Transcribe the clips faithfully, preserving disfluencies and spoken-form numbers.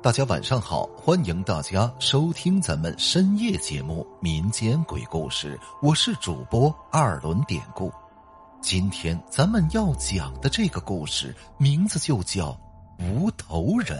大家晚上好，欢迎大家收听咱们深夜节目《民间鬼故事》，我是主播二轮典故。今天咱们要讲的这个故事名字就叫无头人。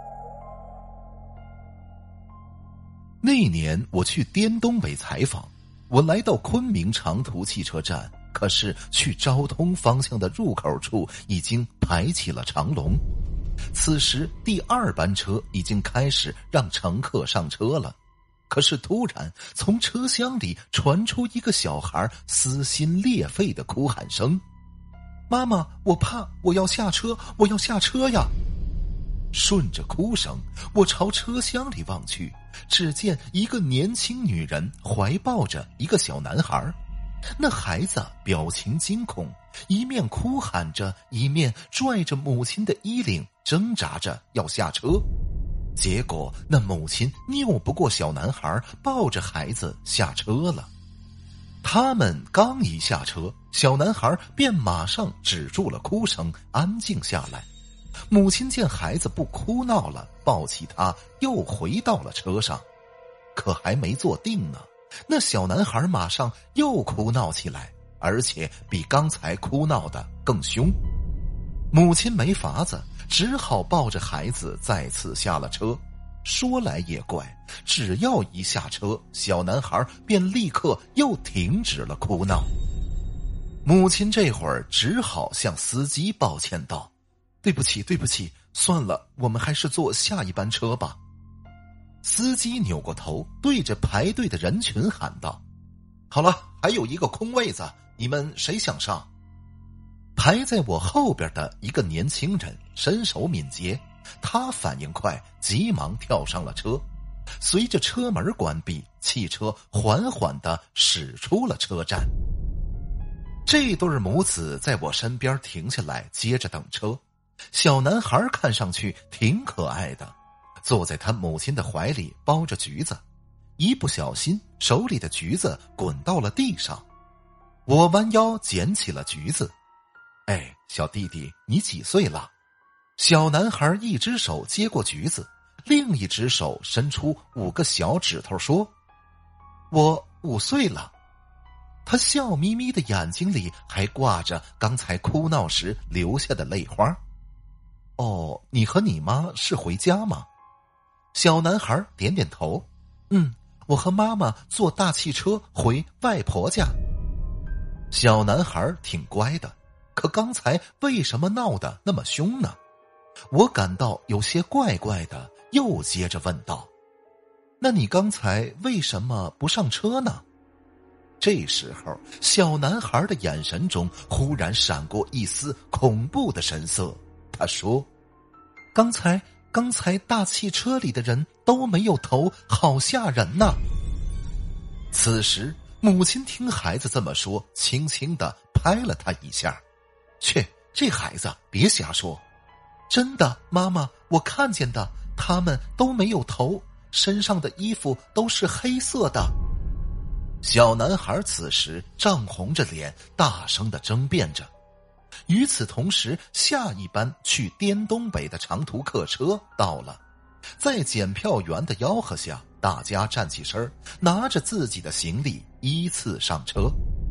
那年我去滇东北采访，我来到昆明长途汽车站，可是去昭通方向的入口处已经排起了长龙。此时第二班车已经开始让乘客上车了，可是突然从车厢里传出一个小孩撕心裂肺的哭喊声：妈妈，我怕，我要下车，我要下车呀！顺着哭声，我朝车厢里望去，只见一个年轻女人怀抱着一个小男孩，那孩子表情惊恐，一面哭喊着，一面拽着母亲的衣领，挣扎着要下车。结果那母亲拗不过小男孩，抱着孩子下车了。他们刚一下车，小男孩便马上止住了哭声，安静下来。母亲见孩子不哭闹了，抱起他又回到了车上。可还没坐定呢，那小男孩马上又哭闹起来，而且比刚才哭闹的更凶。母亲没法子，只好抱着孩子再次下了车。说来也怪，只要一下车，小男孩便立刻又停止了哭闹。母亲这会儿只好向司机抱歉道：对不起对不起，算了，我们还是坐下一班车吧。司机扭过头，对着排队的人群喊道：好了，还有一个空位子，你们谁想上？排在我后边的一个年轻人身手敏捷，他反应快，急忙跳上了车。随着车门关闭，汽车缓缓地驶出了车站。这对母子在我身边停下来，接着等车。小男孩看上去挺可爱的，坐在他母亲的怀里包着橘子，一不小心手里的橘子滚到了地上。我弯腰捡起了橘子。哎，小弟弟，你几岁了？小男孩一只手接过橘子，另一只手伸出五个小指头说：我五岁了。他笑眯眯的眼睛里还挂着刚才哭闹时流下的泪花。哦，你和你妈是回家吗？小男孩点点头。嗯，我和妈妈坐大汽车回外婆家。小男孩挺乖的，可刚才为什么闹得那么凶呢？我感到有些怪怪的，又接着问道：那你刚才为什么不上车呢？这时候小男孩的眼神中忽然闪过一丝恐怖的神色，他说：刚才刚才大汽车里的人都没有头，好吓人呐。此时母亲听孩子这么说，轻轻地拍了他一下。切，这孩子别瞎说。真的，妈妈，我看见的，他们都没有头，身上的衣服都是黑色的。小男孩此时涨红着脸，大声地争辩着。与此同时，下一班去滇东北的长途客车到了。在检票员的吆喝下，大家站起身，拿着自己的行李依次上车。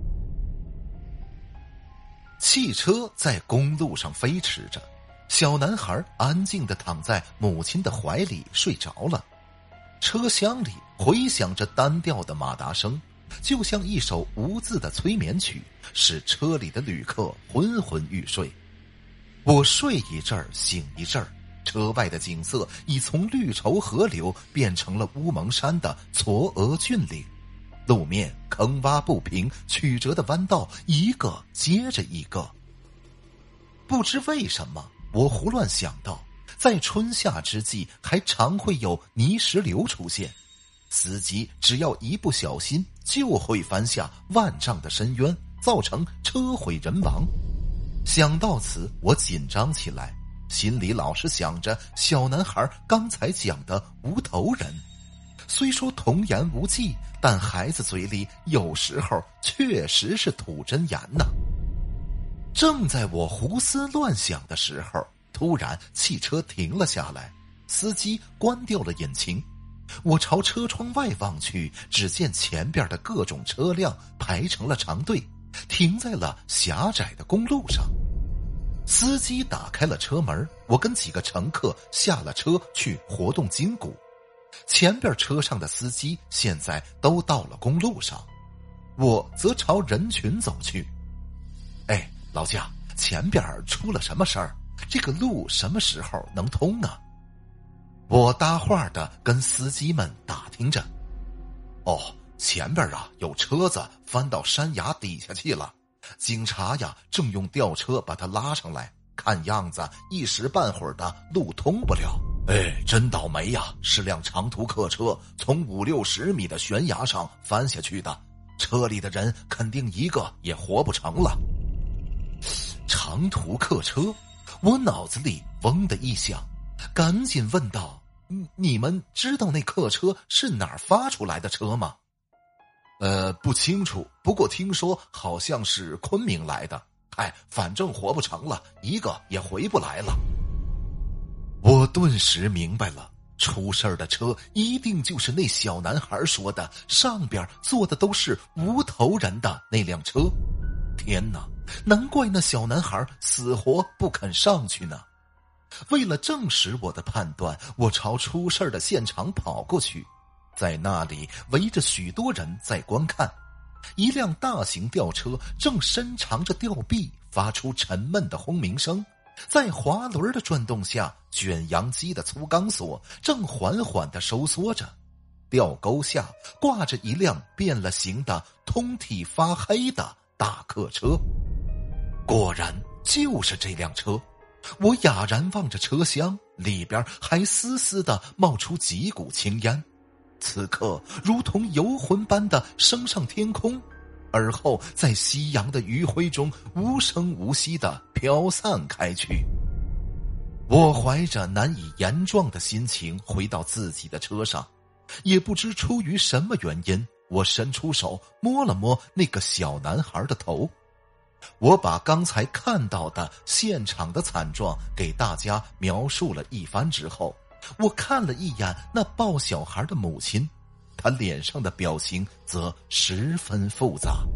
汽车在公路上飞驰着，小男孩安静地躺在母亲的怀里睡着了。车厢里回响着单调的马达声，就像一首无字的催眠曲，使车里的旅客昏昏欲睡。我睡一阵儿醒一阵儿，车外的景色已从绿稠河流变成了乌蒙山的嵯峨峻岭，路面坑洼不平，曲折的弯道一个接着一个。不知为什么，我胡乱想到，在春夏之际还常会有泥石流出现，司机只要一不小心就会翻下万丈的深渊，造成车毁人亡。想到此，我紧张起来，心里老是想着小男孩刚才讲的无头人。虽说童言无忌，但孩子嘴里有时候确实是吐真言呢。正在我胡思乱想的时候，突然汽车停了下来， 司机关掉了引擎。我朝车窗外望去，只见前边的各种车辆排成了长队，停在了狭窄的公路上。司机打开了车门，我跟几个乘客下了车去活动筋骨。前边车上的司机现在都到了公路上，我则朝人群走去。哎，老驾，前边出了什么事儿？这个路什么时候能通啊？我搭话的跟司机们打听着。哦，前边啊有车子翻到山崖底下去了，警察呀正用吊车把它拉上来，看样子一时半会儿的路通不了。哎，真倒霉呀，是辆长途客车从五六十米的悬崖上翻下去的，车里的人肯定一个也活不成了。长途客车，我脑子里嗡的一响，赶紧问道：你们知道那客车是哪儿发出来的车吗？呃，不清楚，不过听说好像是昆明来的。哎，反正活不成了，一个也回不来了。我顿时明白了，出事儿的车一定就是那小男孩说的上边坐的都是无头人的那辆车。天哪，难怪那小男孩死活不肯上去呢。为了证实我的判断，我朝出事的现场跑过去，在那里围着许多人在观看。一辆大型吊车正伸长着吊臂，发出沉闷的轰鸣声，在滑轮的转动下，卷扬机的粗钢索正缓缓地收缩着。吊钩下挂着一辆变了形的通体发黑的大客车。果然就是这辆车。我哑然望着车厢，里边还丝丝地冒出几股青烟，此刻如同游魂般的升上天空，而后在夕阳的余晖中无声无息地飘散开去。我怀着难以言状的心情回到自己的车上，也不知出于什么原因，我伸出手摸了摸那个小男孩的头。我把刚才看到的现场的惨状给大家描述了一番之后，我看了一眼那抱小孩的母亲，她脸上的表情则十分复杂。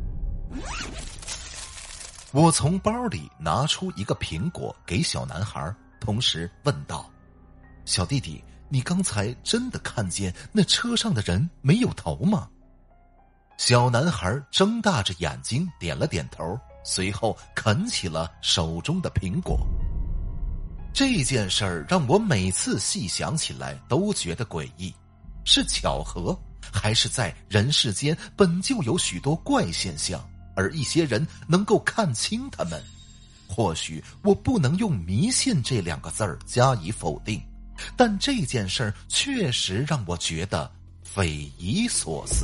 我从包里拿出一个苹果给小男孩，同时问道：小弟弟，你刚才真的看见那车上的人没有头吗？小男孩睁大着眼睛点了点头，随后啃起了手中的苹果。这件事儿让我每次细想起来都觉得诡异，是巧合，还是在人世间本就有许多怪现象，而一些人能够看清他们？或许我不能用迷信这两个字儿加以否定，但这件事儿确实让我觉得匪夷所思。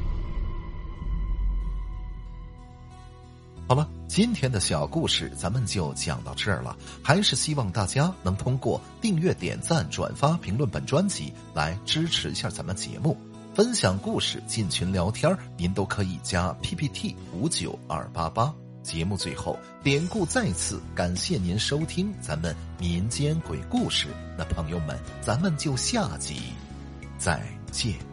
好了，今天的小故事咱们就讲到这儿了，还是希望大家能通过订阅、点赞、转发、评论本专辑来支持一下咱们节目，分享故事、进群聊天，您都可以加 P P T 五九二八八。节目最后，典故再次感谢您收听咱们民间鬼故事，那朋友们，咱们就下集再见。